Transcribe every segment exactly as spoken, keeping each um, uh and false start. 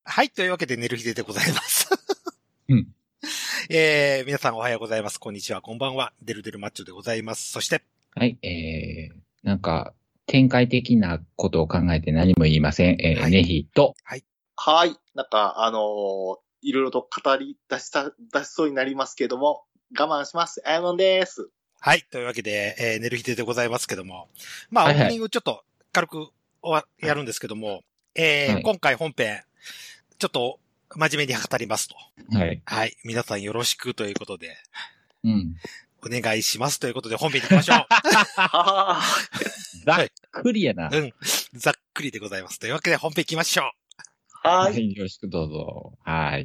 はい、というわけで寝る日ででございます。 うん。 えー、皆さんおはようございます。こんにちは、こんばんは。デルデルマッチョでございます。そして。 はい、えー、なんか、展開的なことを考えて何も言いません。えー、はい、ネヒと。 はい。 はい。なんか、あのー、いろいろと語り出した、出しそうになりますけども、我慢します。あやのんです。 はい。というわけで、えー、寝る日ででございますけども。まあ、オープニングちょっと軽くやるんですけども、はい、えーはい、今回本編、ちょっと真面目に語りますと。 はい。 はい。皆さんよろしくということで。 うん。 お願いしますということで本編に行きましょう。 ざっくりやな。 うん。ざっくりでございます。というわけで本編行きましょう。 はい。 はい。よろしくどうぞ。はい。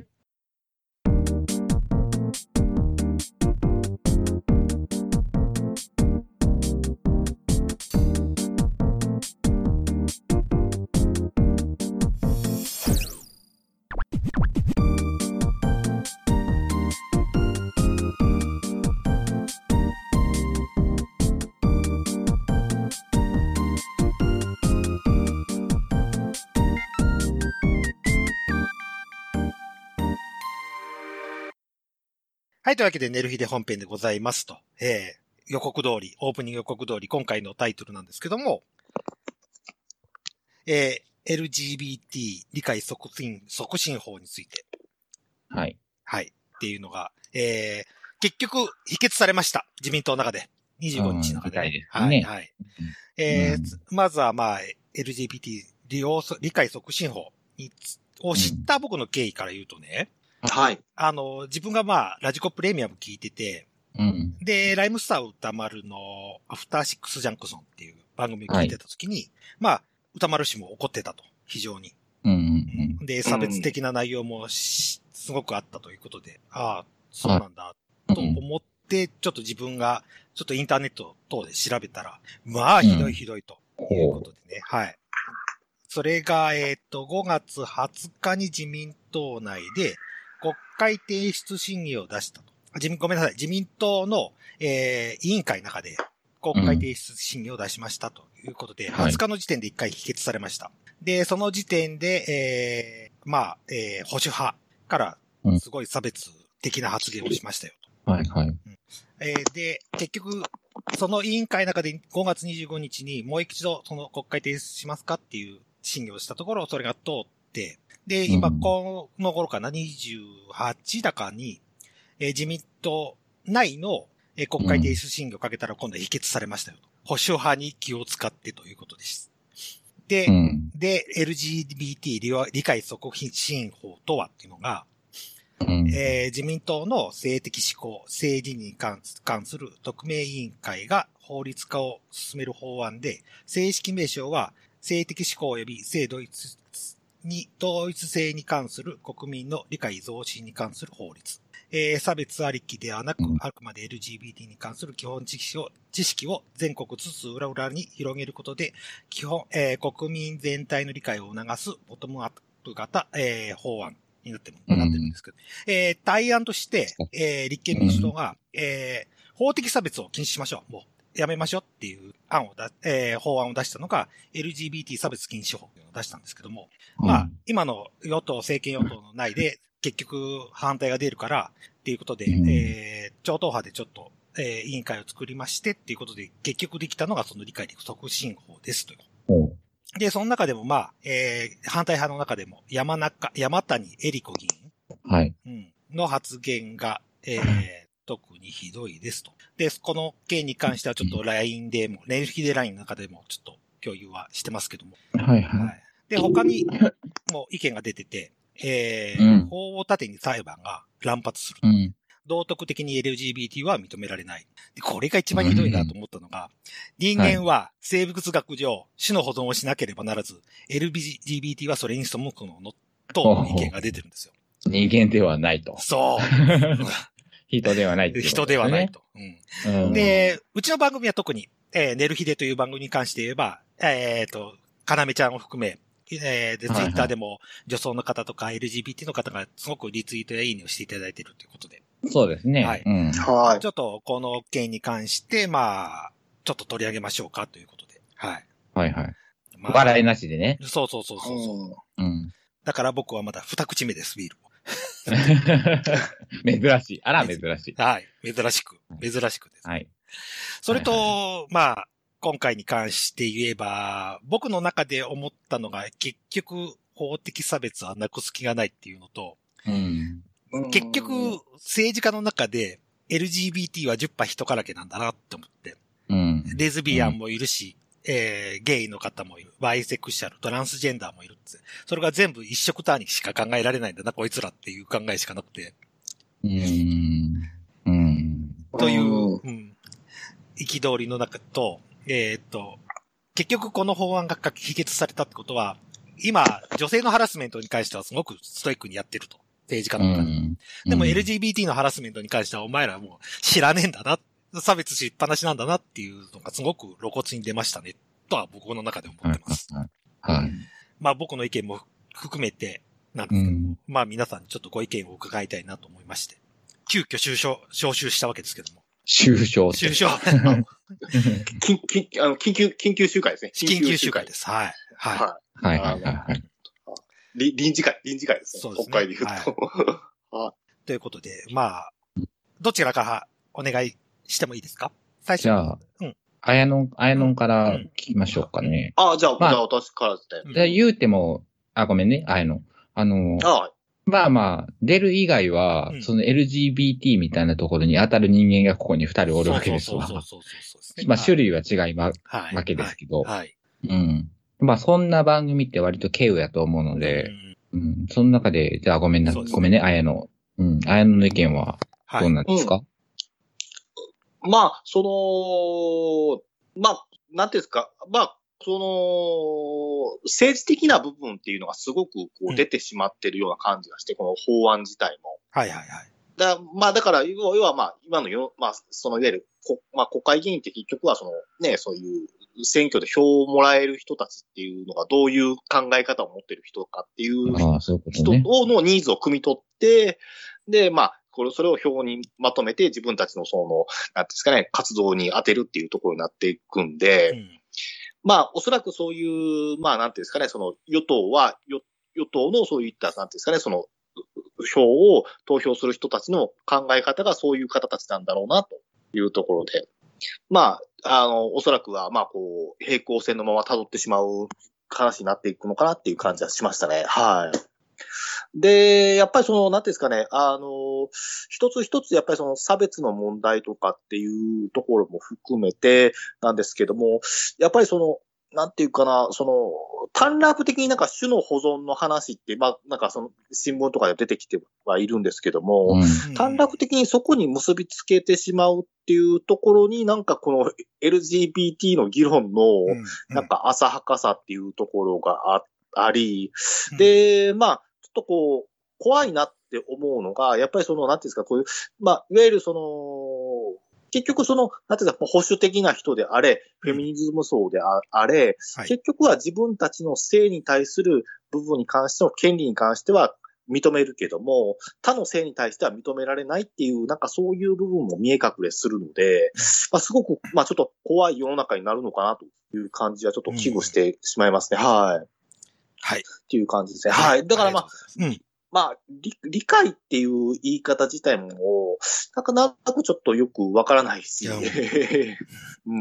はい。というわけで、寝る日で本編でございますと。えー、予告通り、オープニング予告通り、今回のタイトルなんですけども、えー、エルジービーティー 理解促進、促進法について。 はい。 はい。っていうのが、えー、結局、否決されました。自民党の中で。にじゅうごにちの中で、ね。 ですね。はい。はい。 うん、えー、うん、まずは、まあ、エルジービーティー 利用、理解促進法にを知った僕の経緯から言うとね、 はい。 あの、自分がまあ、ラジコプレミアム聞いてて、 うん、 で、ライムスター歌丸のアフターシックスジャンクソンっていう番組を聞いてたときに、はい、まあ、歌丸氏も怒ってたと、非常に。 うんうんうん、 で、差別的な内容もすごくあったということで、ああ、そうなんだ、と思って、ちょっと自分が、ちょっとインターネット等で調べたら、まあ、ひどいひどいということでね、うん、はい。それが、えっと、ごがつはつかに自民党内で、国会提出審議を出したと。自民、ごめんなさい。自民党の、えー、委員会の中で国会提出審議を出しましたということで、うん、はつかの時点でいっかい否決されました。はい、で、その時点で、えー、まあ、えー、保守派からすごい差別的な発言をしましたよと。うん、はいはい。うん、 えー、で、結局、その委員会の中でごがつにじゅうごにちにもう一度その国会提出しますかっていう審議をしたところ、それが通って、で、今、この頃かな、にじゅうはちだかに、えー、自民党内の、えー、国会提出審議をかけたら今度は否決されましたよと。保守派に気を使ってということです。で、うん、で、エルジービーティー 理解促進法とはっていうのが、うんえー、自民党の性的指向、性自認に関する特命委員会が法律化を進める法案で、正式名称は性的指向及び性同一に統一性に関する国民の理解増進に関する法律。えー、差別ありきではなく、あくまで エルジービーティー に関する基本知識を、知識を全国津々浦々に広げることで、基本、えー、国民全体の理解を促すボトムアップ型、えー、法案になってる、なってるんですけど、うん、えー、対案として、えー、立憲民主党が、えー、法的差別を禁止しましょう。もう。やめましょうっていう案をだ、えー、法案を出したのが エルジービーティー 差別禁止法を出したんですけども、うん、まあ、今の与党、政権与党の内で結局反対が出るからっていうことで、うん、えー、超党派でちょっと、えー、委員会を作りましてっていうことで結局できたのがその理解促進法ですという。うん、で、その中でもまあ、えー、反対派の中でも山中、山谷恵理子議員、 はい、 うん、の発言が、えー特にひどいですと。で、この件に関してはちょっと ライン でも、ネルヒデ ライン の中でもちょっと共有はしてますけども。 はいはい。はい、 で、他にも意見が出てて、えー、うん、法を盾に裁判が乱発すると、うん。道徳的に エルジービーティー は認められない。で、これが一番ひどいなと思ったのが、うん、人間は生物学上、種の保存をしなければならず、エルジービーティー はそれに背くのの、と意見が出てるんですよ。 人間ではないと。 そう。 人ではないっていう、ね。 人ではないと、うんうん。で、うちの番組は特に、えー、寝る日でという番組に関して言えば、えっ、ー、と、かなめちゃんを含め、えー、で、ツイッターでも女装の方とか エルジービーティー の方がすごくリツイートやいいねをしていただいているということで。 そうですね。 はい。 うん、 ちょっとこの件に関して、まあ、ちょっと取り上げましょうかということで。はい。 はいはい。まあ、笑いなしでね。 そうそうそうそう。 うん。 だから僕はまだ二口目です、ビールを。 珍しい。あら、珍しい。 はい。珍しく。珍しくです。 はい。 それと、はいはい、まあ、今回に関して言えば、僕の中で思ったのが、結局、法的差別はなくす気がないっていうのと、 うん、 結局、政治家の中で エルジービーティー はじゅっパーセント人からけなんだなって思って、 うん、 レズビアンもいるし、うん、えー、ゲイの方もいる、バイセクシャル、トランスジェンダーもいるって、それが全部一色単にしか考えられないんだな、こいつらっていう考えしかなくて。 うん。うん。 という、うん、憤りの中と、えー、っと、結局この法案が否決されたってことは、今、女性のハラスメントに関してはすごくストイックにやってると。政治家の中で。うん、でも エルジービーティー のハラスメントに関してはお前らもう知らねえんだな。差別しっぱなしなんだなっていうのがすごく露骨に出ましたね。とは僕の中で思ってます。 はい。はい、 まあ僕の意見も含めてなんですけども、うん、まあ皆さんにちょっとご意見を伺いたいなと思いまして。急遽招集、招集したわけですけども。 収賞。 収賞。 緊急、あの、緊急、緊急集会ですね。 緊急集会です。はい。はい。 はい。はい。はい。 臨時会、臨時会ですね。 そうですね。 国会で言うと。 はい、ということで、まあ、どちらからお願いしてもいいですか？最初。 じゃあ、うん。あやのん、あやのんから聞きましょうかね。 うん、ああ、じゃあ、まあ、じゃあ私からですね。 じゃあ言うても、あ、ごめんね、あやのん。あの、ああまあまあ、出る以外は、うん、その エルジービーティー みたいなところに当たる人間がここに二人おるわけですわ。 そうそうそうそうそう。 まあ種類は違いま、はい、わけですけど、 はい。はい。 うん。まあそんな番組って割と軽やと思うので、うん、うん、その中で、じゃあごめんな、ね、ごめんね、あやの。うん、あやのの意見はどうなんですか？ はいうん、まあ、その、まあ、なんていうんですか、まあ、その、政治的な部分っていうのがすごくこう出てしまってるような感じがして、うん、この法案自体も。 はいはいはい。 だまあだから、要はまあ、今のよ、まあ、そのいわゆる、まあ国会議員って結局はそのね、そういう選挙で票をもらえる人たちっていうのがどういう考え方を持ってる人かっていう人のニーズを汲み取って、で、まあ、これ、それを表にまとめて自分たちのその、なんですかね、活動に当てるっていうところになっていくんで、うんまあ、おそらくそういう、まあ、なんていうんですかね、その、与党は、与党のそういった、なんていうんですかね、その、票を投票する人たちの考え方がそういう方たちなんだろうな、というところで。まあ、あの、おそらくは、まあ、こう、平行線のまま辿ってしまう話になっていくのかなっていう感じはしましたね。はい。で、やっぱりその、なんていうんですかね、あの、一つ一つやっぱりその差別の問題とかっていうところも含めてなんですけども、やっぱりその、なんていうかな、その、短絡的になんか種の保存の話って、まあ、なんかその新聞とかで出てきてはいるんですけども、うん、短絡的にそこに結びつけてしまうっていうところになんかこの エルジービーティー の議論のなんか浅はかさっていうところがあ、あり、で、まあ、ちょっとこう、怖いなって思うのが、やっぱりその、なんていうんですか、こういう、まあ、いわゆるその、結局その、なんていうか、保守的な人であれ、フェミニズム層であれ、はい、結局は自分たちの性に対する部分に関しての権利に関しては認めるけども、他の性に対しては認められないっていう、なんかそういう部分も見え隠れするので、まあ、すごく、まあちょっと怖い世の中になるのかなという感じはちょっと危惧してしまいますね。うん、はい。 はい。 っていう感じですね。はい。だからまあ、うん。まあ理、理解っていう言い方自体も、なんかなんとなくちょっとよくわからないし、うん。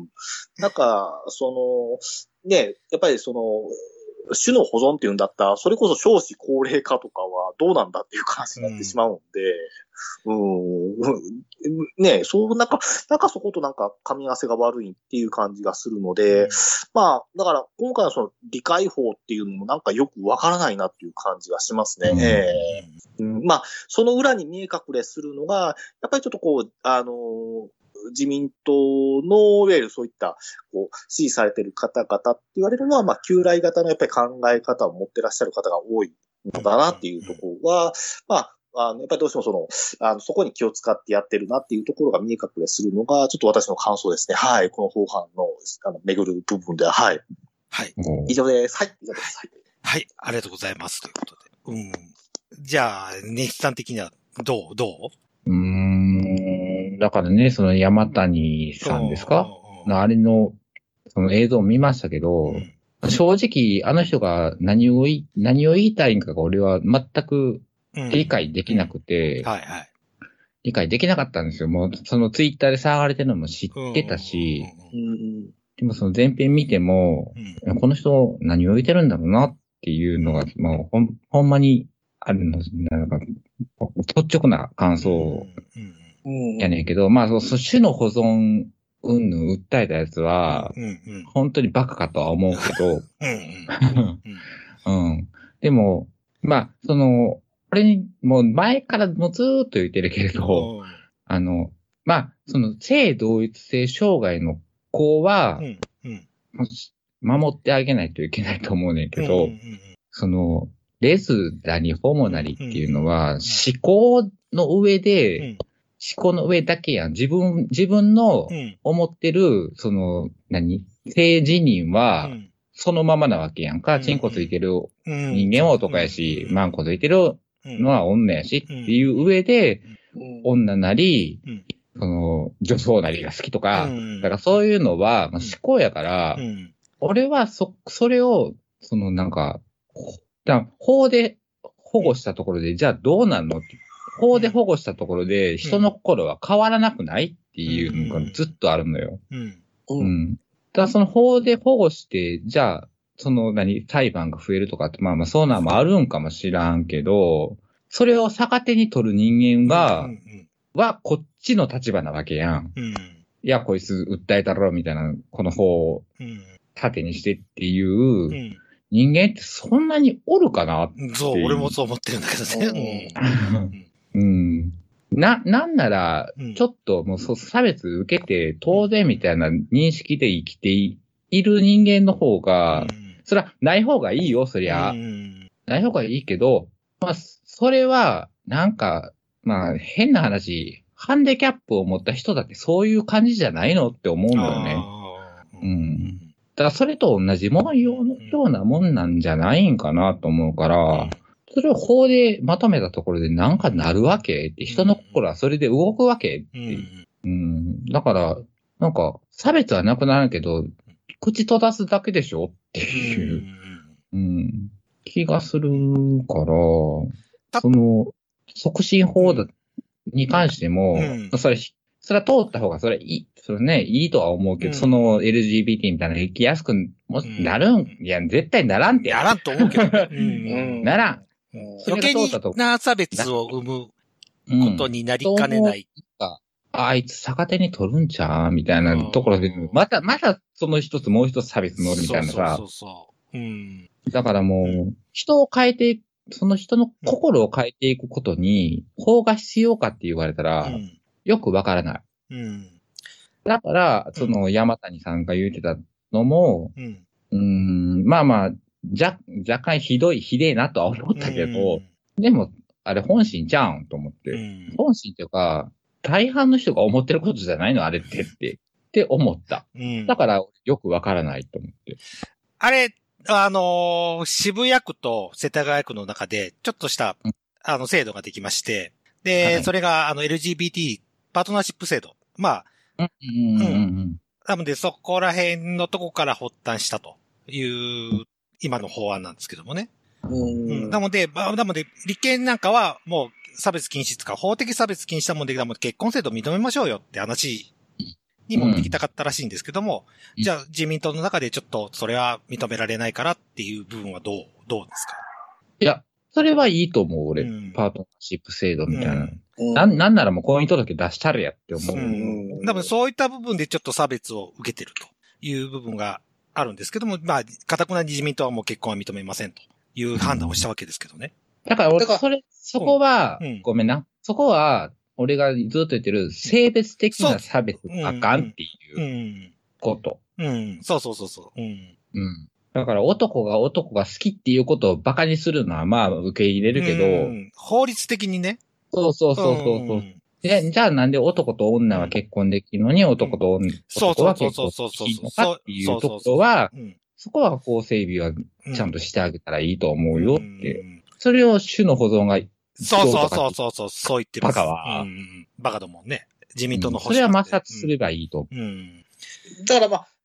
なんか、その、ね、やっぱりその、種の保存っていうんだったら、それこそ少子高齢化とかはどうなんだっていう話になってしまうんで、うん、うんね、そう、なんか、なんかそことなんか噛み合わせが悪いっていう感じがするので、うん、まあ、だから今回のその理解法っていうのもなんかよくわからないなっていう感じがしますね。うんえーうん、まあ、その裏に見え隠れするのが、やっぱりちょっとこう、あのー、自民党の、いわゆるそういった、こう、支持されている方々って言われるのは、まあ、旧来型のやっぱり考え方を持ってらっしゃる方が多いのだなっていうところは、まあ、あの、やっぱりどうしてもその、あの、そこに気を使ってやってるなっていうところが見え隠れするのが、ちょっと私の感想ですね。はい。この法案の、あの、巡る部分では、はい。 はい。 以上です。はい。以上です。はい。 はい。ありがとうございます。ということで。うん。じゃあ、ネヒさん的には、どうどううーん。だからね、その山谷さんですかのあれの、その映像を見ましたけど、うん、 正直、あの人が何をい、何を言いたいんかが俺は全く理解できなくて、 うん、はいはい。 理解できなかったんですよ。もう、そのツイッターで騒がれてるのも知ってたし、 うん、 でもその前編見ても、うん、この人何を言ってるんだろうなっていうのが、もうほん、ほんまにあるの、なんか、率直な感想やねんけど、まあ、その種の保存、うんぬん訴えたやつは、うんうん、本当にバカかとは思うけど、うん。でも、まあ、その、これに、もう前からもうずーっと言ってるけれど、あの、まあ、その性同一性障害の子は、うんうん、守ってあげないといけないと思うねんけど、うんうんうん、その、レズなりホモなりっていうのは、思考の上で、うん、思考の上だけやん。自分、自分の思ってる、その、何性自認は、そのままなわけやんか。チンコついてる人間は男やし、マンコついてるのは女やしっていう上で、女なり、その、女装なりが好きとか、だからそういうのは、まあ、思考やから、俺はそ、それを、そのなんか、だ法で保護したところで、じゃあどうなんのって法で保護したところで、人の心は変わらなくないっていうのがずっとあるのよ。うん。うん。だからその法で保護して、じゃあ、その何、裁判が増えるとかって、まあまあそうなんもあるんかもしらんけど、それを逆手に取る人間が、はこっちの立場なわけやん。うん。いや、こいつ訴えたろ、みたいな、この法を盾にしてっていう、うん人間ってそんなにおるかなって。 そう、俺もそう思ってるんだけどね。 うん。うん。な、なんなら、ちょっともうそ差別受けて当然みたいな認識で生きている人間の方が、うん、それはない方がいいよ、そりゃ。うん、ない方がいいけど、まあ、それは、なんか、まあ、変な話、ハンデキャップを持った人だってそういう感じじゃないのって思うんだよね。うん。だからそれと同じもようなもんなんじゃないんかなと思うから、それを法でまとめたところでなんかなるわけって、人の心はそれで動くわけって。うん。だから、なんか、差別はなくなるけど、口閉ざすだけでしょっていう、うん、気がするから、その、促進法に関しても、それ、それは通った方が、それいい、それね、いいとは思うけど、うん、その エルジービーティー みたいなの生きやすくもなるん、うん、いや、絶対ならんって。 ならんと思うけど、ねうん、ならん。 余計にな差別を生むことになりかねない。 うん、あいつ逆手に取るんちゃうみたいなところで、また、またその一つもう一つ差別乗るみたいなさ。そうそうそう、うん。だからもう、うん、人を変えていく、その人の心を変えていくことに、法が必要かって言われたら、うんよくわからない。うん。だから、その山谷さんが言ってたのも、うん、うーんまあまあ、若、若干ひどい、ひでえなとは思ったけど、うん、でも、あれ本心ちゃうんと思って、うん。本心っていうか、大半の人が思ってることじゃないのあれってって、って思った。うん、だから、よくわからないと思って。 あれ、あのー、渋谷区と世田谷区の中で、ちょっとした、うん、あの、制度ができまして、で、はい、それが、あの、エルジービーティー、パートナーシップ制度。まあ、うんうんうん。なので、そこら辺のとこから発端したという、今の法案なんですけどもね。うん、なので、まあ、なので、立憲なんかは、もう、差別禁止とか、法的差別禁止したもんできたもんで、結婚制度認めましょうよって話に持ってきたかったらしいんですけども、うん、じゃあ、自民党の中でちょっと、それは認められないからっていう部分はどう、どうですか？ いや、それはいいと思う、俺。うん、パートナーシップ制度みたいな。うんな、なんならもう婚姻届出したるやって思う。うん。 多分そういった部分でちょっと差別を受けてるという部分があるんですけども、まあ、堅くなに自民党はもう結婚は認めませんという判断をしたわけですけどね。 うん、だから俺、それ、そこは、うん、ごめんな。そこは、俺がずっと言ってる性別的な差別あかんっていうこと。 うん。うん、そうそうそうそう。うん。 うん。だから男が男が好きっていうことをバカにするのはまあ受け入れるけど、うん、 法律的にね。 そうそうそうそうそう、うん。で。じゃあなんで男と女は結婚できるのに、うん、男と女、男は結婚できるのかっていうところは、そこは法整備はちゃんとしてあげたらいいと思うよって。うん、それを種の保存がそうそうそうそうそう、そう言ってます。 バカは。 うん、バカだもんね。自民党の保守、うん、それは抹殺すればいいと思う。うん。 だからまあ、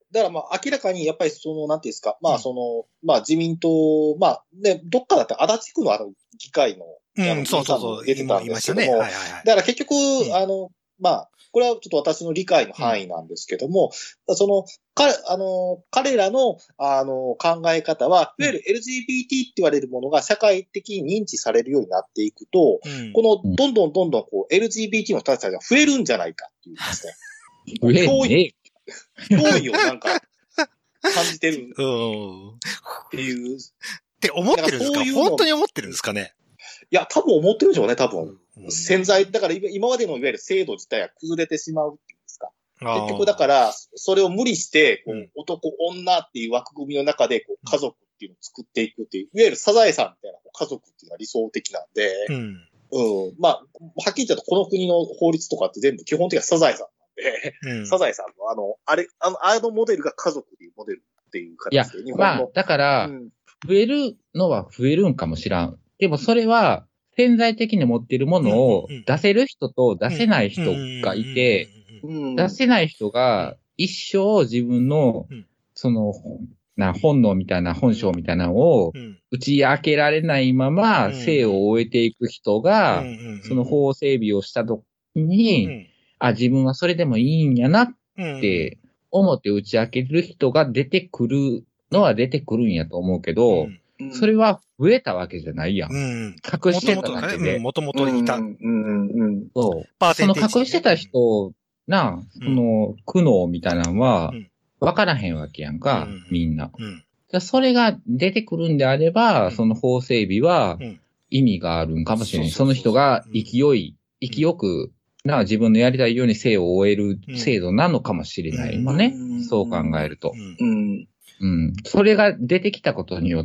だからまあ明らかにやっぱりその、なんていうんですか、まあその、うん、まあ自民党、まあね、どっかだって足立区のあの議会の、 うん、そうそうそう、 出てたんですけども、 ね、はいはいはい、 だから結局、うん、あの、まあ、これはちょっと私の理解の範囲なんですけども、うん、その、か、あの、彼らの、あの、考え方は、いわゆる エルジービーティー って言われるものが社会的に認知されるようになっていくと、うん、この、どんどんどんどんこう、エルジービーティー の人たちが増えるんじゃないかっていうですね。 増えるね。 脅威をなんか、感じてる。っていう。 って思ってるんですか？本当に思ってるんですかね？ いや、多分思ってるでしょうね、多分。うん、潜在、だから今までのいわゆる制度自体が崩れてしまうっていうんですか。結局だから、それを無理して、こう、うん、男、女っていう枠組みの中で、こう、家族っていうのを作っていくっていう、いわゆるサザエさんみたいな家族っていうのが理想的なんで、うん。うん。まあ、はっきり言ったらこの国の法律とかって全部基本的にはサザエさんなんで、うん、サザエさんのあの、あれ、あの、あのモデルが家族っていうモデルっていう形で、 日本の。まあ、だから、うん、増えるのは増えるんかもしらん。でもそれは、潜在的に持っているものを出せる人と出せない人がいて、出せない人が一生自分の、その、な本能みたいな本性みたいなのを打ち明けられないまま生を終えていく人が、その法整備をしたときに、あ、自分はそれでもいいんやなって思って打ち明ける人が出てくるのは出てくるんやと思うけど、それは増えたわけじゃないやん。うん、隠してただけで。 もともといた。うんうんうん、そう。その隠してた人な、その苦悩みたいなのは、わからへんわけやんか、うん、みんな。うん、それが出てくるんであれば、うん、その法整備は意味があるんかもしれない。その人が勢い、勢よく、な自分のやりたいように生を終える制度なのかもしれないもんね。うん、そう考えると。うんうん。それが出てきたことによって、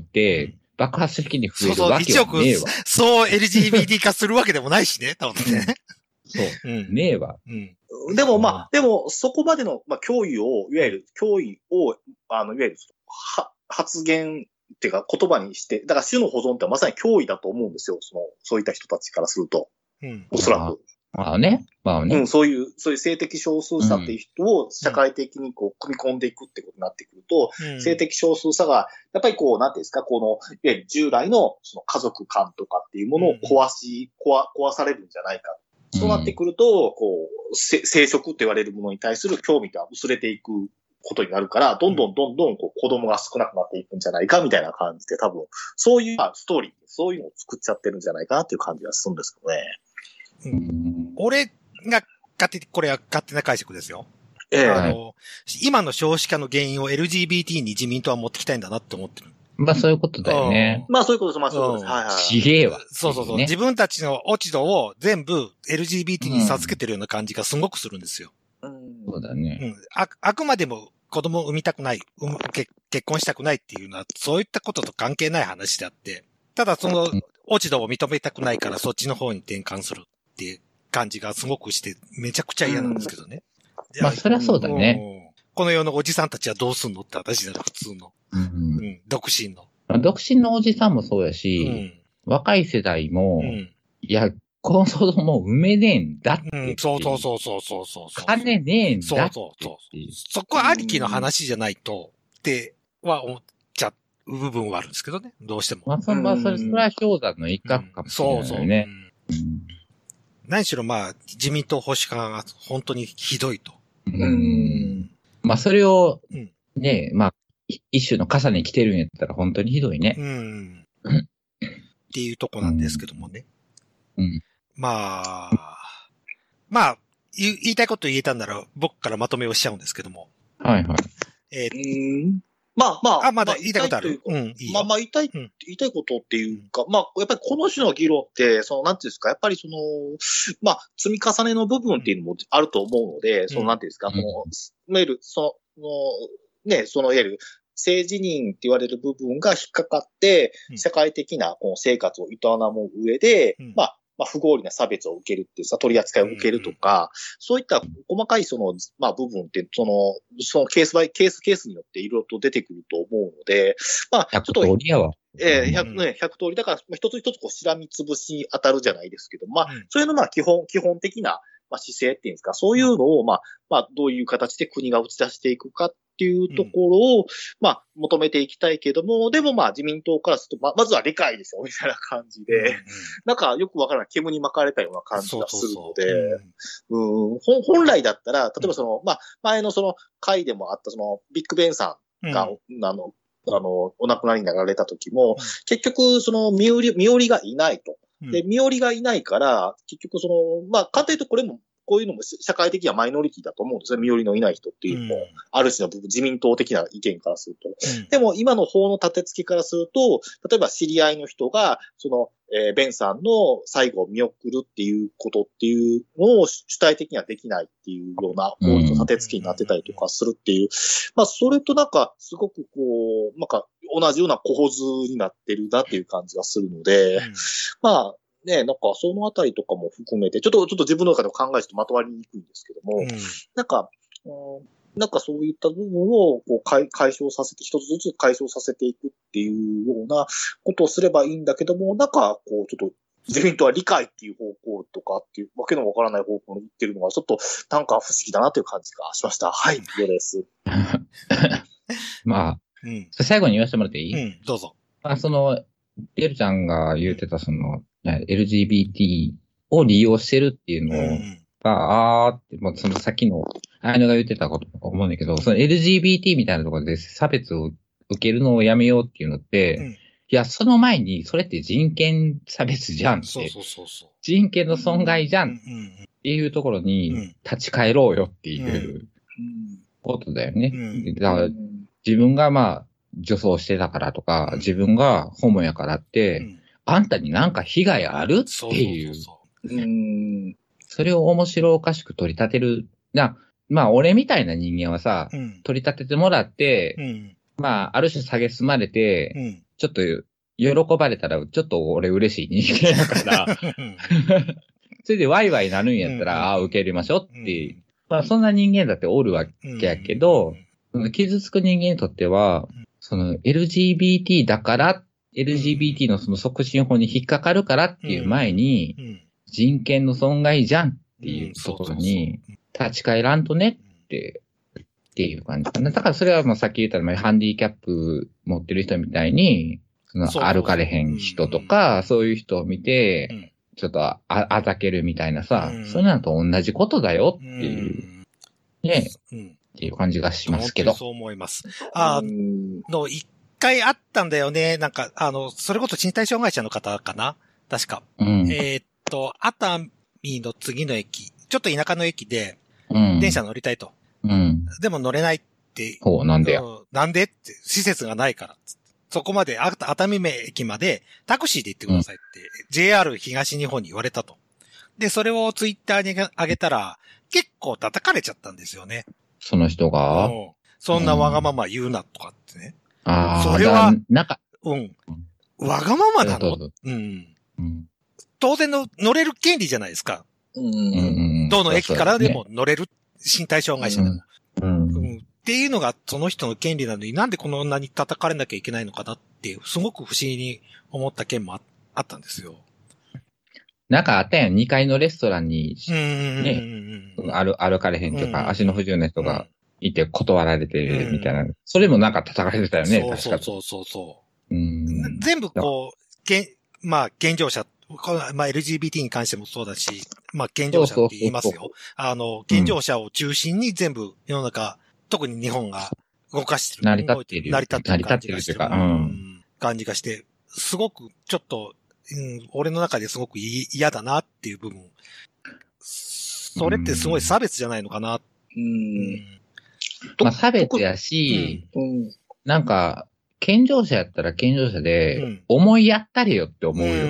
爆発的に増えるわけはねえわ。そうそう、 そう エルジービーティー 化するわけでもないしね、多分ね。 そう。うん、ねえわ。 うん。でもまあ、でもそこまでの、まあ、脅威を、いわゆる脅威を、あの、いわゆる、は、発言っていうか言葉にして、だから種の保存ってまさに脅威だと思うんですよ。その、そういった人たちからすると。うん。おそらく。 まあね。まあね。 うん、そういう、そういう性的少数者っていう人を社会的にこう、組み込んでいくってことになってくると、うん、性的少数者が、やっぱりこう、なんていうんですか、この、いわゆる従来のその家族観とかっていうものを壊し、うん、壊、壊されるんじゃないか。そうなってくると、こう、生殖って言われるものに対する興味が薄れていくことになるから、どんどんどんどんこう子供が少なくなっていくんじゃないかみたいな感じで、多分、そういうストーリー、そういうのを作っちゃってるんじゃないかなっていう感じがするんですけどね。 うん、俺が勝手に、これは勝手な解釈ですよ。 ええ。 あの、今の少子化の原因を エルジービーティー に自民党は持ってきたいんだなって思ってる。 まあそういうことだよね。 まあそういうことです、まあそういうことです。はいはい。 ちげえわ。 そうそうそう。自分たちの落ち度を全部 エルジービーティー に授けてるような感じがすごくするんですよ。 うん。そうだね。 うん。あ、あくまでも子供を産みたくない、産む、結婚したくないっていうのは、そういったことと関係ない話であって、ただその落ち度を認めたくないからそっちの方に転換するっていう感じがすごくして、めちゃくちゃ嫌なんですけどね。 うん、まあそりゃそうだね。 この世のおじさんたちはどうすんのって話だな、普通の。うん。うん。独身の。 独身のおじさんもそうやし、うん、若い世代も、うん、いや、この子供産めねえんだって、うん。 そうそうそうそうそうそう。 金ねえんだって。そうそうそう。 そこありきの話じゃないと、っては思っちゃう部分はあるんですけどね。どうしても。 まあ、それは、それは氷山の一角かもしれないね。うん、そうそう。うん、 何しろまあ、自民党保守化が本当にひどいと。 うん。まあ、それを、ね、まあ、一種の傘に来てるんやったら本当にひどいね。うん。 っていうとこなんですけどもね。 うん。 まあ、まあ、言いたいこと言えたんなら僕からまとめをしちゃうんですけども。 はいはい。 えー、まあまあ。 あ、まだ言いたいことある。うん、いいよ。 まあまあ言いたい、うん、言いたいことっていうか、まあやっぱりこの種の議論って、そのなんていうんですか、やっぱりその、まあ積み重ねの部分っていうのもあると思うので、うん、そのなんていうんですか、うん、もう、いわゆる、その、ね、そのいわゆる、性自認って言われる部分が引っかかって、社会的なこの生活を営む上で、うん、まあ、まあ、不合理な差別を受けるっていうさ、取り扱いを受けるとか、うん、そういった細かいその、まあ、部分って、その、そのケースバイ、ケースケースによっていろいろと出てくると思うので、まあ、ちょっと、 ひゃく通りやわ。 ええー、ひゃくね、ひゃく通りだから、一つ一つこう、しらみつぶしに当たるじゃないですけど、まあ、それのまあ、基本、基本的な、 まあ、姿勢っていうんですか、そういうのを、まあ、まあ、どういう形で国が打ち出していくかっていうところを、うん、まあ、求めていきたいけども、でもまあ、自民党からすると、まあ、まずは理解ですよ、みたいな感じで、うんうん、なんかよくわからない煙に巻かれたような感じがするので、そうそうそう、うん、本来だったら、例えばその、うん、まあ、前のその会でもあったその、ビッグベンさんが、うん、あの、あの、お亡くなりになられた時も、うん、結局、その、身寄り、身寄りがいないと。で、身寄りがいないから、結局その、まあ、かというとこれも、こういうのも社会的にはマイノリティだと思うんですね。身寄りのいない人っていうのも、うん、ある種の自民党的な意見からすると。うん、でも、今の法の立て付けからすると、例えば知り合いの人が、その、えー、ベンさんの最後を見送るっていうことっていうのを主体的にはできないっていうような法律の立て付けになってたりとかするっていう。まあ、それとなんか、すごくこう、なんか、同じような構図になってるなっていう感じがするので、うん、まあ、ね、なんかそのあたりとかも含めて、ちょっと、ちょっと自分の中でも考えてまとまりにくいんですけども、うん、なんか、うん、なんかそういった部分をこう解解消させて、一つずつ解消させていくっていうようなことをすればいいんだけども、なんかこうちょっと自民党は理解っていう方向とかっていうわけのわからない方向に行ってるのがちょっとなんか不思議だなという感じがしました。はい、以上です。 まあ、うん、最後に言わせてもらっていい？ うん、どうぞ。 まあ、その、エルちゃんが言ってたその、エルジービーティー を利用してるっていうのが、うん、あーって、まあ、そのさっきの、あのが言ってたこと思うんだけど、その エルジービーティー みたいなところで差別を受けるのをやめようっていうのって、うん、いや、その前に、それって人権差別じゃんって。 そうそうそうそう。 人権の損害じゃんっていうところに立ち返ろうよっていうことだよね。うん、だから自分がまあ、女装してたからとか、うん、自分がホモやからって、うん、あんたになんか被害あるっていう。そうそうそうそう。うん、それを面白おかしく取り立てる。な、まあ俺みたいな人間はさ、うん、取り立ててもらって、うん、まあある種下げすまれて、うん、ちょっと喜ばれたらちょっと俺嬉しい人間だから、それでワイワイなるんやったら、うん、ああ受け入れましょうっていう。うん、まあそんな人間だっておるわけやけど、うん、傷つく人間にとっては、その エルジービーティー だから、エルジービーティー のその促進法に引っかかるからっていう前に、人権の損害じゃんっていうところに立ち返らんとねって、っていう感じかな。だからそれはもうさっき言ったらハンディキャップ持ってる人みたいに、その歩かれへん人とか、そういう人を見て、ちょっとあ、あざけるみたいなさ、そういうのと同じことだよっていう、ね、っていう感じがしますけど。 そう思います。あの、一回あったんだよね。なんか、あの、それこそ身体障害者の方かな確か。うん、えー、っと、熱海の次の駅、ちょっと田舎の駅で、電車乗りたいと。うん、でも乗れないって。 ほう、なんでや。 なんでって、施設がないからっつって。そこまで、熱海駅までタクシーで行ってくださいって、うん、ジェイアール 東日本に言われたと。で、それをツイッターに上げたら、結構叩かれちゃったんですよね。 その人が、うん、 そんなわがまま言うなとかってね。 うん、ああ。 それは、 なんか、 うん。わがままなの、うん、うん。当然の乗れる権利じゃないですか。うん。どの駅からでも乗れる、身体障害者でも、うんうん。っていうのがその人の権利なのになんでこの女に叩かれなきゃいけないのかなっていう、すごく不思議に思った件も あ, あったんですよ。 なんかあったやん、にかいのレストランに、ね、歩, 歩かれへんというか、足の不自由な人がいて断られてるみたいな。それもなんか叩かれてたよね、確かに。 そうそうそうそう。うん、全部こう、けまあ、健常者、まあ、エルジービーティー に関してもそうだし、まあ、健常者って言いますよ。そうそうそうそうあの、健常者を中心に全部世の中、うん、特に日本が動かしてる。 成り立っている。 成り立ってる感じがしてる。 成り立ってるというか、うん。 感じがして、すごくちょっと、うん、俺の中ですごく嫌だなっていう部分。それってすごい差別じゃないのかな。うん。うん、 まあ差別やし、うん、なんか、健常者やったら健常者で、思いやったれよって思うよ。うん、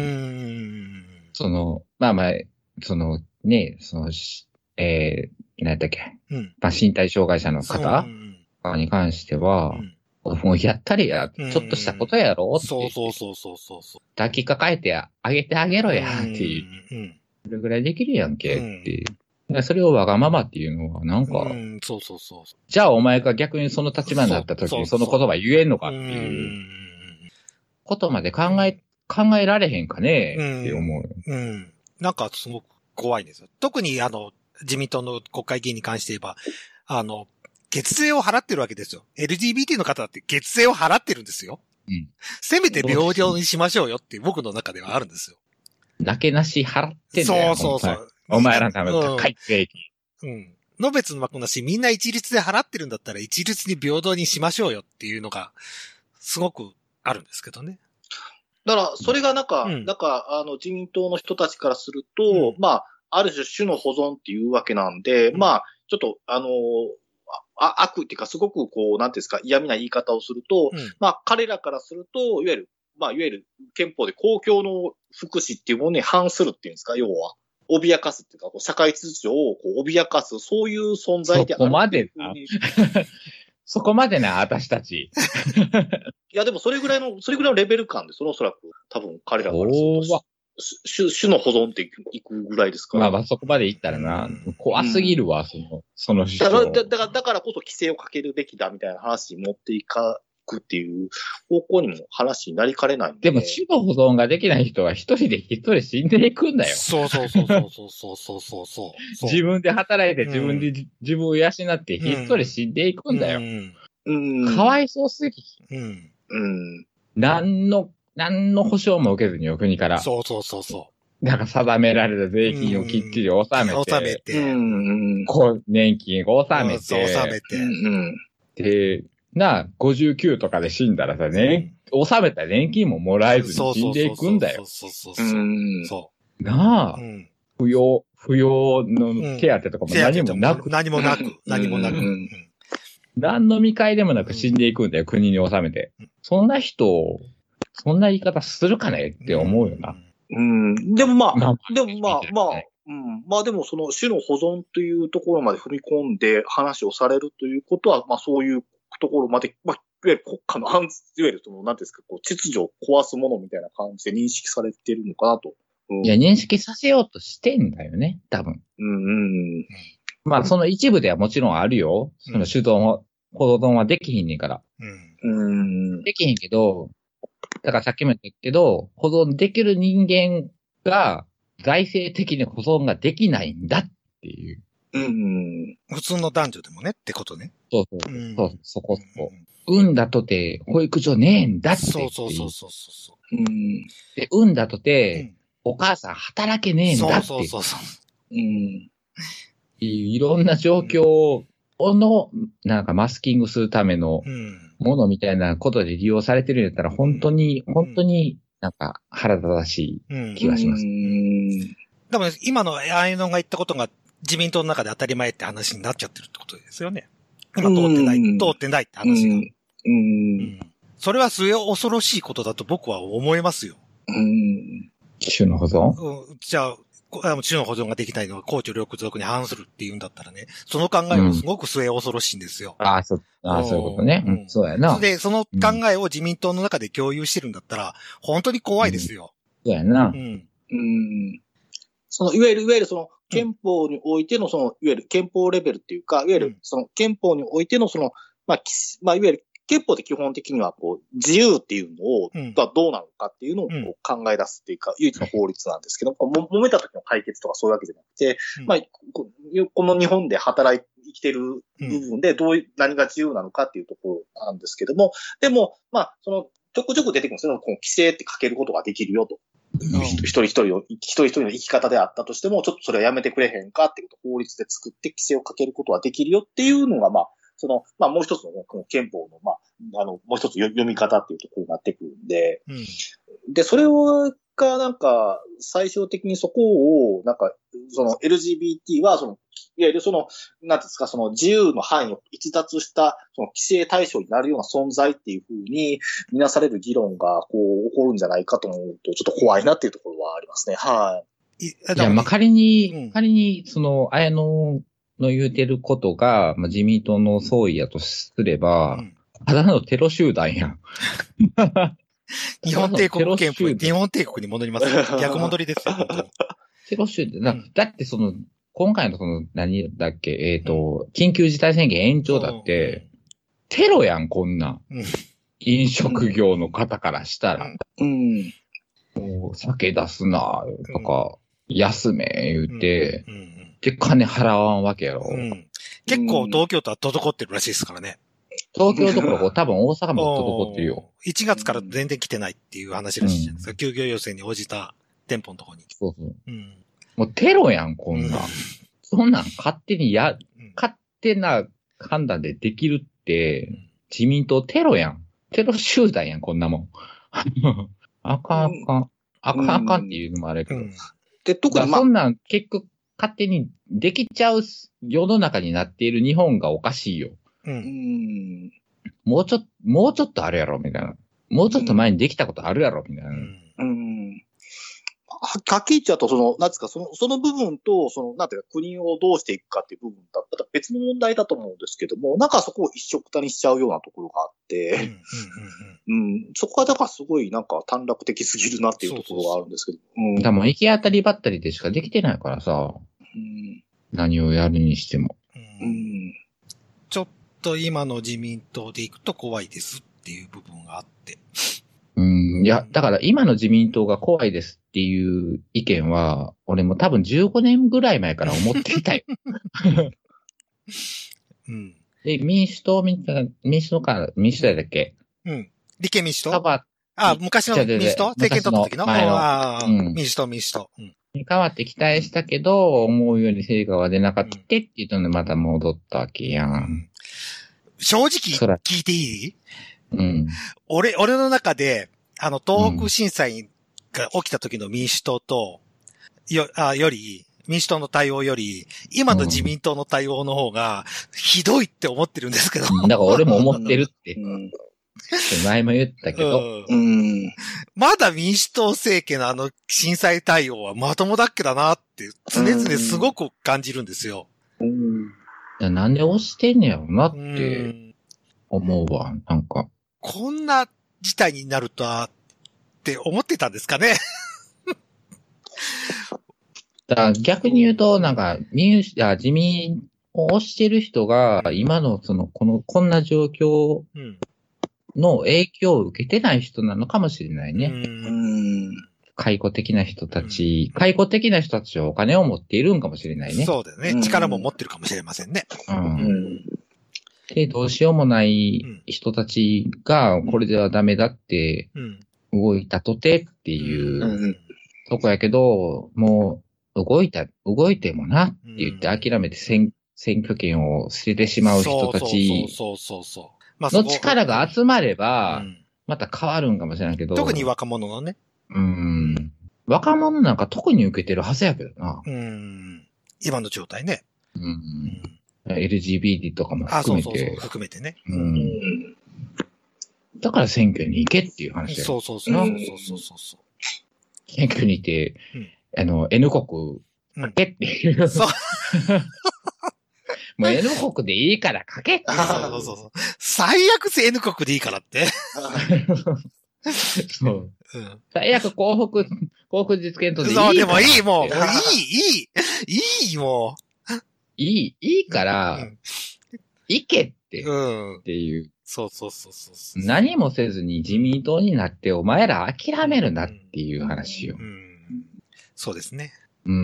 その、まあまあ、そのね、その、えー、何やったっけ、うん、まあ身体障害者の方に関しては、うんもうやったりや、ちょっとしたことやろって。 そうそうそうそうそう。 抱きかかえてあげてあげろやっていう。うん、それぐらいできるやんけっていう。うん、それをわがままっていうのはなんか、うん、 そうそうそう。 じゃあお前が逆にその立場になった時にその言葉言えんのかっていうことまで考え、考えられへんかねって思う。 うん。なんかすごく怖いんですよ。特にあの、 自民党の国会議員に関して言えば、あの、月税を払ってるわけですよ。エルジービーティー の方だって月税を払ってるんですよ。うん。せめて平等にしましょうよって僕の中ではあるんですよ。 だけなし払ってんだよ。 そうそうそう。 お前らのための高い税金。 うん。うんの別の幕なし、みんな一律で払ってるんだったら一律に平等にしましょうよっていうのが、すごくあるんですけどね。 だから、それがなんか、うん、なんか、あの、自民党の人たちからすると、うん、まあ、ある種種の保存っていうわけなんで、うん、まあ、ちょっと、あの、あ悪っていうか、すごくこう、なんていうんですか、嫌味な言い方をすると、うん、まあ、彼らからすると、いわゆる、まあ、いわゆる憲法で公共の福祉っていうものに反するっていうんですか、要は。脅かすっていうか、社会秩序をこう脅かす、そういう存在である。 そこまでな。そこまでな、私たち。 いや、でもそれぐらいの、それぐらいのレベル感で、そのおそらく、多分彼らからすると、種、種の保存っていくぐらいですから。 まあまあそこまでいったらな、怖すぎるわ、うん、その、その主張。 だから、だから、だからこそ規制をかけるべきだみたいな話に持っていか、っていう方向にも話になりかねないんで。 でも、種の保存ができない人は一人で一人死んでいくんだよ。 そうそうそうそうそうそうそうそう。 自分で働いて自分で、うん、自分を養って一人死んでいくんだよ。うん、かわいそうすぎ。うん。うん。何の、何の保証も受けずに国から。 そうそうそうそう。 なんか定められた税金をきっちり納めて。 納めて。うん。こう、年金を納めて。 そう、納めて。うん。 で、な、ごじゅうきゅうとかで死んだらさ、ね、納めた年金ももらえずに死んでいくんだよ。 そうそうそうそう。そう。 なあ、うん、扶養、扶養の手当とかも何もなく。 何もなく。何もなく。 何の見返りでもなく死んでいくんだよ、国に納めて。そんな人、そんな言い方するかねって思うよな。 うん。でもまあ、まあ、でもまあ、まあ、うん。まあでもその種の保存というところまで踏み込んで話をされるということは、まあそういうところまで、まあ、いわゆる国家の安、いわゆるその、なんていうんですか、こう、秩序を壊すものみたいな感じで認識されているのかなと。 うん、いや、認識させようとしてんだよね、多分。うんうん。まあ、その一部ではもちろんあるよ。その手動も、保存はできひんねんから。うん。うん。できひんけど、だからさっきも言ったけど、保存できる人間が、財政的に保存ができないんだっていう。 うん。普通の男女でもねってことね。 そうそう。うん、そう、そこそこ。産んだとて、保育所ねえんだって。 そうそうそうそうそう。うん。 で、産んだとて、うん、お母さん働けねえんだって。 そうそうそうそう。 うん。いろんな状況の、なんかマスキングするためのものみたいなことで利用されてるんだったら、本当に、うん、本当になんか腹立たしい気がします。うん。 でも、今のああいうのが言ったことが、自民党の中で当たり前って話になっちゃってるってことですよね。今通ってない、通ってないって話が。うんうん、それは末恐ろしいことだと僕は思いますよ。 うん。種の保存、 うん、じゃあ、種の保存ができないのは公序良俗に反するっていうんだったらね、その考えはすごく末恐ろしいんですよ。 うん、ああ、そう、ああ、そういうことね。うん、そうやな。 で、その考えを自民党の中で共有してるんだったら、本当に怖いですよ。 うん、そうやな。 うん。うん。その、いわゆる、いわゆるその、憲法においてのその、いわゆる憲法レベルっていうか、いわゆるその憲法においてのその、まあ、まあ、いわゆる憲法って基本的にはこう、自由っていうのを、がどうなのかっていうのをこう考え出すっていうか、唯一の法律なんですけど、も揉めた時の解決とかそういうわけじゃなくて、まあ、この日本で働いて生きてる部分でどういう、何が自由なのかっていうところなんですけども、でも、まあ、その、ちょくちょく出てくるんですよ。この規制ってかけることができるよと。うん、一人一人を、一人一人の生き方であったとしても、ちょっとそれはやめてくれへんかっていうことを法律で作って規制をかけることはできるよっていうのが、まあ、その、まあもう一つの、この憲法の、まあ、あの、もう一つ読み方っていうところになってくるんで、うん、で、それを、が、なんか、最終的にそこを、なんか、その エルジービーティー は、その、いわゆるその、なんですか、その自由の範囲を逸脱した、その規制対象になるような存在っていうふうに、みなされる議論が、こう、起こるんじゃないかと思うと、ちょっと怖いなっていうところはありますね。はい。 いや、まあ、仮に、うん、仮に、その、綾野の言うてることが、まあ、自民党の総意やとすれば、うん、ただのテロ集団やん。 日本帝国憲法、日本帝国に戻ります。逆戻りですよ。 テロ集団、うん、だってその、今回のその、何だっけ、えっと、緊急事態宣言延長だって、テロやん、こんな。うん、飲食業の方からしたら。うん。もう酒出すな、とか、休め、言うて、 で金払わんわけやろ。 うん。結構東京都は滞ってるらしいですからね。 東京どころか多分大阪も滞ってるよ。 いちがつから全然来てないっていう話らしいじゃないですか。うん、休業要請に応じた店舗のとこに。 そうそう。 うん、 もうテロやん、こんなん。うん、そんなん勝手にや、 うん、 勝手な判断でできるって、うん、自民党テロやん。テロ集団やん、こんなもん。あかんあかん。あかんあかんっていうのもあれけど。うん、 で、特にまあ、そんなん結局勝手にできちゃう世の中になっている日本がおかしいよ。 うん。 もうちょっと、もうちょっとあるやろ、みたいな。もうちょっと前にできたことあるやろ、みたいな。うん。 うんはっきり言っちゃうと、その、なんつうか、その、その部分と、その、なんていうか、国をどうしていくかっていう部分だったら別の問題だと思うんですけども、なんかそこを一緒くたにしちゃうようなところがあって、うん、うんうん、そこはだからすごいなんか短絡的すぎるなっていうところがあるんですけど。 そうそうそううん。でも行き当たりばったりでしかできてないからさ、うん、何をやるにしても。 うん、ちょっと今の自民党で行くと怖いですっていう部分があって。 うん、いや、だから今の自民党が怖いですっていう意見は、俺も多分じゅうごねんぐらい前から思っていたよ。 うん、 で、民主党、民主党か、民主党だっけうん。立憲民主党変わあ、昔の民主党政権取った時の前のあ、うん、民主党、民主党。うんに変わって期待したけど、思うように成果は出なかったって言ったのでまた戻ったわけやん。 正直聞いていいうん。 俺、俺の中で、あの、東北震災が起きた時の民主党と、よ、あ、より、民主党の対応より、今の自民党の対応の方が、ひどいって思ってるんですけど。 うん、だから俺も思ってるって。うん前も言ったけど、 うん。まだ民主党政権のあの震災対応はまともだっけだなって常々すごく感じるんですよ。 うん、なんで押してんねやろなって思うわ、なんか。 こんな事態になるとはって思ってたんですかね。 だから逆に言うと、なんか民主、あ、自民を押してる人が今のその、この、こんな状況、うんの影響を受けてない人なのかもしれないね。うん解雇的な人たち、解雇的な人たちはお金を持っているんかもしれないね。 そうだよね。力も持ってるかもしれませんね。 うん、で、どうしようもない人たちがこれではダメだって動いたとてっていうとこやけど、もう動いた、動いてもなって言って諦めて選、選挙権を捨ててしまう人たち。 そうそうそうそう。 の力が集まれば、また変わるんかもしれないけど。 特に若者のね。 うん。若者なんか特に受けてるはずやけどな。 うん。今の状態ね。 うん。エルジービーティー とかも含めて。 あ、そうそうそう。含めてね。 うん。だから選挙に行けっていう話だよ。 そうそうそう。そうそうそうそう。 選挙に行って、うん、あの、N 国、かけっていう。うん、そう。もう N 国でいいから書けって。 そうそうそう。最悪 N 国でいいからって。 そう。うん、最悪幸福、幸福実現とでいいから。 そう、でもいい、もう。もういい、いい、いい、もう。いい、いいから、うん、行けって、 うん。 っていう。 そうそうそうそう。 何もせずに自民党になってお前ら諦めるなっていう話よ。 うん。うん、そうですね。 うん。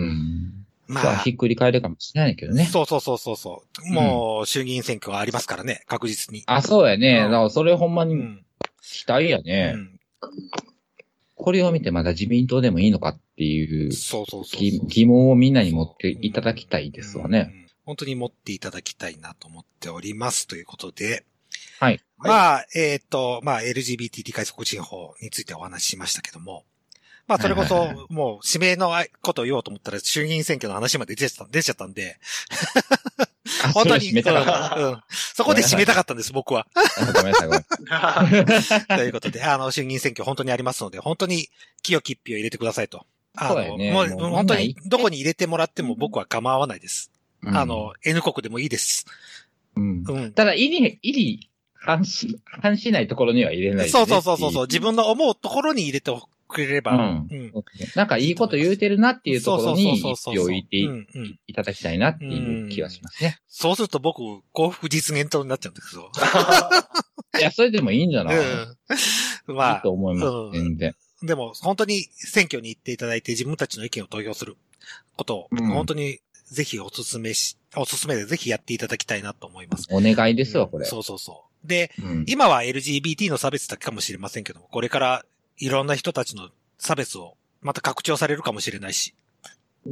まあ、ひっくり返るかもしれないけどね。 そうそうそうそうそう。もう、衆議院選挙はありますからね、確実に。 あ、そうやね。うん、だからそれほんまに期待やね、うんうん。これを見てまだ自民党でもいいのかっていう疑問をみんなに持っていただきたいですわね。 うんうん、本当に持っていただきたいなと思っておりますということで。 はい。 まあ、えっと、まあ、エルジービーティー 理解促進法についてお話ししましたけども。まあ、それこそ、もう、指名のことを言おうと思ったら、衆議院選挙の話まで出ちゃった、出ちゃったんで。本当に、うん、うん。そこで締めたかったんです、僕は。 ごめんなさい、ごめんなさい。 ということで、あの、衆議院選挙本当にありますので、本当に清き一票入れてくださいと。あの、ね、もう、もう本当に、どこに入れてもらっても僕は構わないです。うん、あの、N 国でもいいです。 うん。うん、ただ、入り、入り、反し、反しないところには入れないで、ね。 そうそうそうそう。自分の思うところに入れてくれれば、 うんうん。なんかいいこと言うてるなっていうところに、一票置いていただきたいなっていう気がしますね。 そうすると僕、幸福実現党になっちゃうんですけど。 いや、それでもいいんじゃない、 うん、まあ。 いいと思います、うん、全然。 でも、本当に選挙に行っていただいて自分たちの意見を投票することを、うん、本当にぜひおすすめし、おすすめでぜひやっていただきたいなと思います。 お願いですわ、これ。 うん、そうそうそう。で、 うん、今は エルジービーティー の差別だけかもしれませんけども、これからいろんな人たちの差別をまた拡張されるかもしれないし、 うん、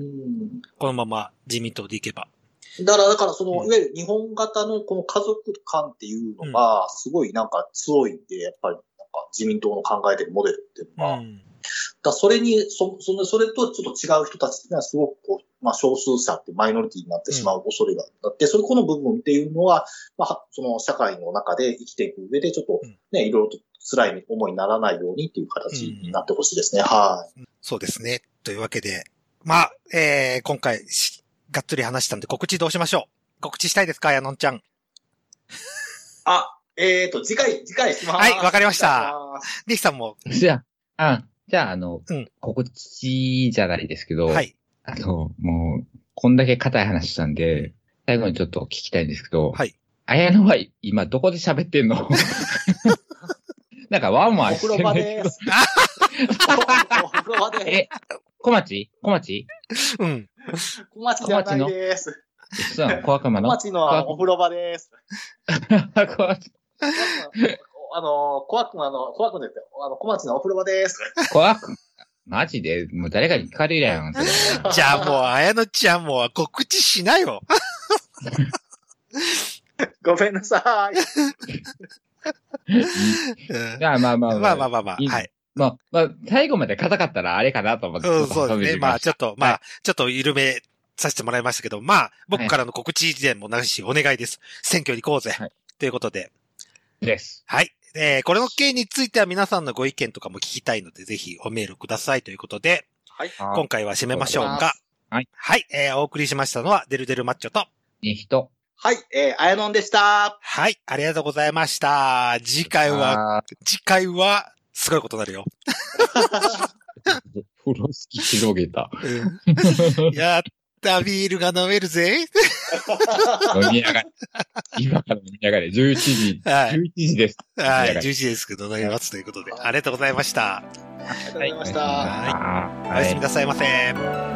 このまま自民党でいけば。 だから、だからその、いわゆる日本型のこの家族観っていうのが、すごいなんか強いんで、やっぱりなんか自民党の考えてるモデルっていうのが、うん、だそれに、そ、その、それとちょっと違う人たちっていうのはすごくこう、まあ少数者ってマイノリティになってしまう恐れがあって、うん、それこの部分っていうのは、まあ、その社会の中で生きていく上でちょっとね、うん、いろいろと辛い思いにならないようにっていう形になってほしいですね、うん、はい。 そうですね。というわけで、まあ、えー、今回、がっつり話したんで告知どうしましょう？告知したいですか、やのんちゃん。 あ、えーと、次回、次回します。 はい、わかりました。リキさんも。 じゃあ、あ、じゃあ、あの、うん、告知じゃないですけど、はい。あの、もう、こんだけ硬い話したんで、最後にちょっと聞きたいんですけど、はい。綾野は今どこで喋ってんの？なんかワンワンしてる。お風呂場でーす。お風呂場でーす。え、小町小町うん。 小町じゃないでーす。 そう、小悪魔の。 小町のお風呂場でーす。小町。あの、小悪魔の、小悪魔ですよ。あの、小町のお風呂場でーす。 小悪魔マジでもう誰かに聞かれるやん。 じゃあもう、綾乃ちゃんもう告知しなよ。 ごめんなさい。 いや、まあまあまあ。まあまあまあまあ。はい。 まあ、まあ、最後まで硬かったらあれかなと思って。 うん、そうですね。まあ、ちょっと、まあ、はい、ちょっと緩めさせてもらいましたけど、まあ、僕からの告知でもなし、お願いです。選挙に行こうぜ。はい、ということで。 です。 はい。えー、これの件については皆さんのご意見とかも聞きたいので、ぜひおメールくださいということで、はい。今回は締めましょうか。はい。はい。えー、お送りしましたのは、デルデルマッチョと、 いい人。 はい。えー、あやのんでした。 はい。ありがとうございました。次回は、次回は、すごいことになるよ。 風呂敷広げた。 うん、やったビールが飲めるぜ。 飲み上がれ。今から飲み上がれ。じゅういちじ。はい、じゅういちじです。 はい。じゅういちじですけど飲みますということで。ありがとうございました。 ありがとうございました。 はい。おやすみなさいませ。